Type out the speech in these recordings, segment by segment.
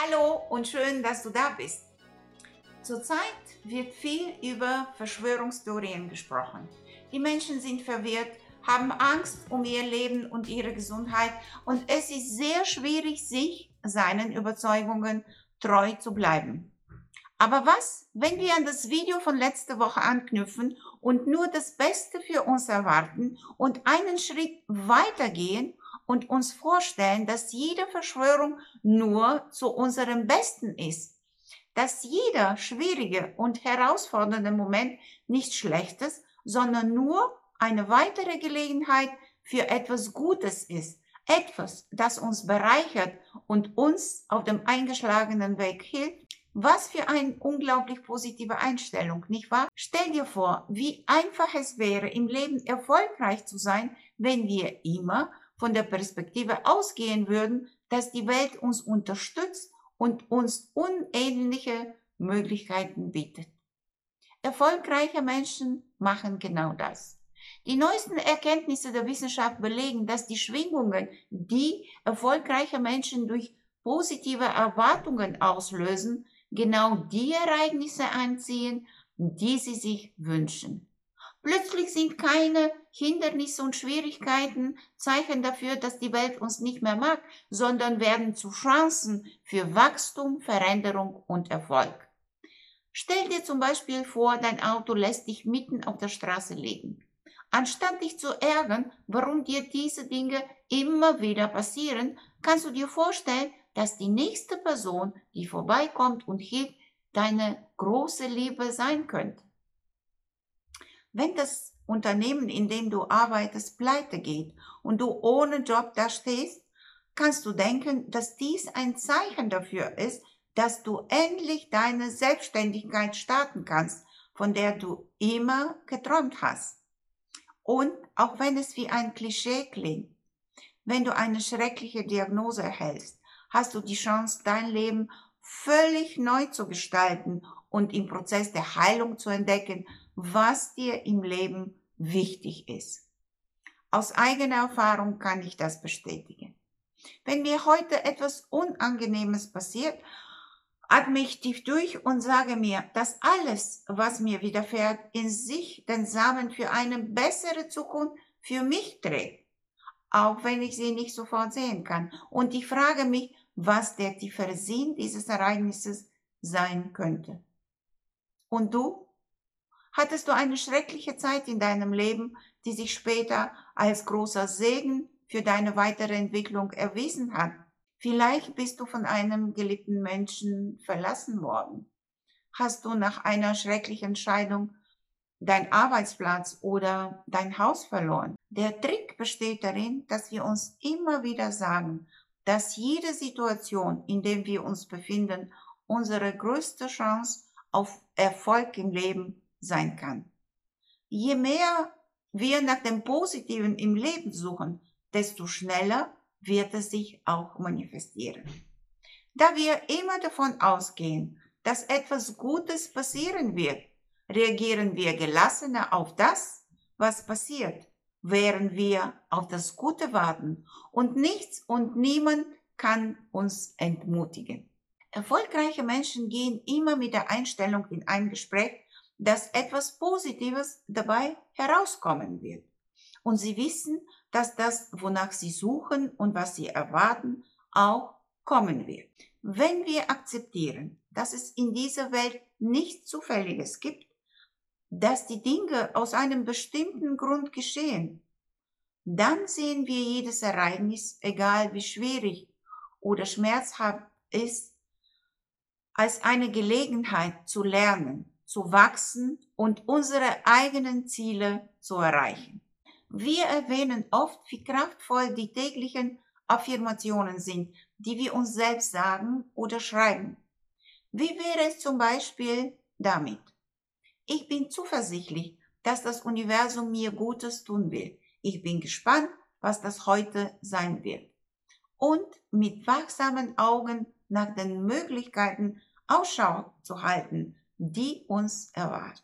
Hallo und schön, dass du da bist. Zurzeit wird viel über Verschwörungstheorien gesprochen. Die Menschen sind verwirrt, haben Angst um ihr Leben und ihre Gesundheit und es ist sehr schwierig, sich seinen Überzeugungen treu zu bleiben. Aber was, wenn wir an das Video von letzter Woche anknüpfen und nur das Beste für uns erwarten und einen Schritt weitergehen und uns vorstellen, dass jede Verschwörung nur zu unserem Besten ist, dass jeder schwierige und herausfordernde Moment nichts Schlechtes, sondern nur eine weitere Gelegenheit für etwas Gutes ist, etwas, das uns bereichert und uns auf dem eingeschlagenen Weg hilft. Was für eine unglaublich positive Einstellung, nicht wahr? Stell dir vor, wie einfach es wäre, im Leben erfolgreich zu sein, wenn wir immer von der Perspektive ausgehen würden, dass die Welt uns unterstützt und uns unähnliche Möglichkeiten bietet. Erfolgreiche Menschen machen genau das. Die neuesten Erkenntnisse der Wissenschaft belegen, dass die Schwingungen, die erfolgreiche Menschen durch positive Erwartungen auslösen, genau die Ereignisse anziehen, die sie sich wünschen. Plötzlich sind keine Hindernisse und Schwierigkeiten Zeichen dafür, dass die Welt uns nicht mehr mag, sondern werden zu Chancen für Wachstum, Veränderung und Erfolg. Stell dir zum Beispiel vor, dein Auto lässt dich mitten auf der Straße liegen. Anstatt dich zu ärgern, warum dir diese Dinge immer wieder passieren, kannst du dir vorstellen, dass die nächste Person, die vorbeikommt und hilft, deine große Liebe sein könnte. Wenn das Unternehmen, in dem du arbeitest, pleite geht und du ohne Job dastehst, kannst du denken, dass dies ein Zeichen dafür ist, dass du endlich deine Selbstständigkeit starten kannst, von der du immer geträumt hast. Und auch wenn es wie ein Klischee klingt, wenn du eine schreckliche Diagnose erhältst, hast du die Chance, dein Leben völlig neu zu gestalten und im Prozess der Heilung zu entdecken, was dir im Leben wichtig ist. Aus eigener Erfahrung kann ich das bestätigen. Wenn mir heute etwas Unangenehmes passiert, atme ich tief durch und sage mir, dass alles, was mir widerfährt, in sich den Samen für eine bessere Zukunft für mich trägt, auch wenn ich sie nicht sofort sehen kann. Und ich frage mich, was der tiefere Sinn dieses Ereignisses sein könnte. Und du? Hattest du eine schreckliche Zeit in deinem Leben, die sich später als großer Segen für deine weitere Entwicklung erwiesen hat? Vielleicht bist du von einem geliebten Menschen verlassen worden. Hast du nach einer schrecklichen Scheidung deinen Arbeitsplatz oder dein Haus verloren? Der Trick besteht darin, dass wir uns immer wieder sagen, dass jede Situation, in der wir uns befinden, unsere größte Chance auf Erfolg im Leben sein kann. Je mehr wir nach dem Positiven im Leben suchen, desto schneller wird es sich auch manifestieren. Da wir immer davon ausgehen, dass etwas Gutes passieren wird, reagieren wir gelassener auf das, was passiert, während wir auf das Gute warten und nichts und niemand kann uns entmutigen. Erfolgreiche Menschen gehen immer mit der Einstellung in ein Gespräch, dass etwas Positives dabei herauskommen wird. Und sie wissen, dass das, wonach sie suchen und was sie erwarten, auch kommen wird. Wenn wir akzeptieren, dass es in dieser Welt nichts Zufälliges gibt, dass die Dinge aus einem bestimmten Grund geschehen, dann sehen wir jedes Ereignis, egal wie schwierig oder schmerzhaft ist, als eine Gelegenheit zu lernen, zu wachsen und unsere eigenen Ziele zu erreichen. Wir erwähnen oft, wie kraftvoll die täglichen Affirmationen sind, die wir uns selbst sagen oder schreiben. Wie wäre es zum Beispiel damit? Ich bin zuversichtlich, dass das Universum mir Gutes tun will. Ich bin gespannt, was das heute sein wird. Und mit wachsamen Augen nach den Möglichkeiten Ausschau zu halten, die uns erwarten.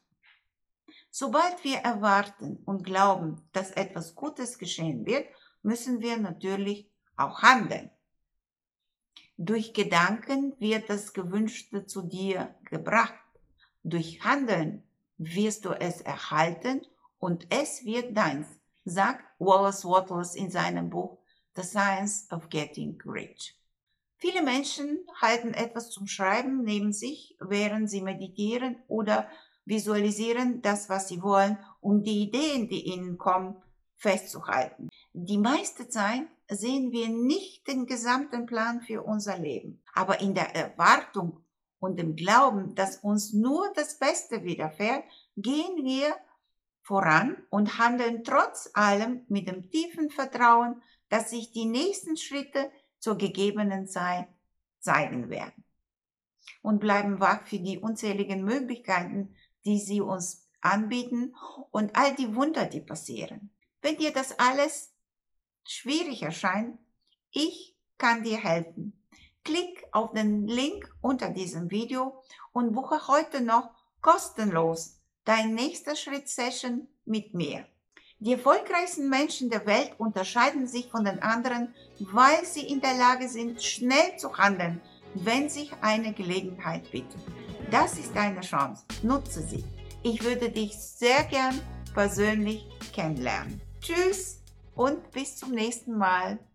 Sobald wir erwarten und glauben, dass etwas Gutes geschehen wird, müssen wir natürlich auch handeln. Durch Gedanken wird das Gewünschte zu dir gebracht. Durch Handeln wirst du es erhalten und es wird deins, sagt Wallace Wattles in seinem Buch The Science of Getting Rich. Viele Menschen halten etwas zum Schreiben neben sich, während sie meditieren oder visualisieren das, was sie wollen, um die Ideen, die ihnen kommen, festzuhalten. Die meiste Zeit sehen wir nicht den gesamten Plan für unser Leben, aber in der Erwartung und dem Glauben, dass uns nur das Beste widerfährt, gehen wir voran und handeln trotz allem mit dem tiefen Vertrauen, dass sich die nächsten Schritte zur gegebenen Zeit zeigen werden. Und bleiben wach für die unzähligen Möglichkeiten, die sie uns anbieten und all die Wunder, die passieren. Wenn dir das alles schwierig erscheint, ich kann dir helfen. Klick auf den Link unter diesem Video und buche heute noch kostenlos dein nächster Schritt-Session mit mir. Die erfolgreichsten Menschen der Welt unterscheiden sich von den anderen, weil sie in der Lage sind, schnell zu handeln, wenn sich eine Gelegenheit bietet. Das ist deine Chance. Nutze sie. Ich würde dich sehr gern persönlich kennenlernen. Tschüss und bis zum nächsten Mal.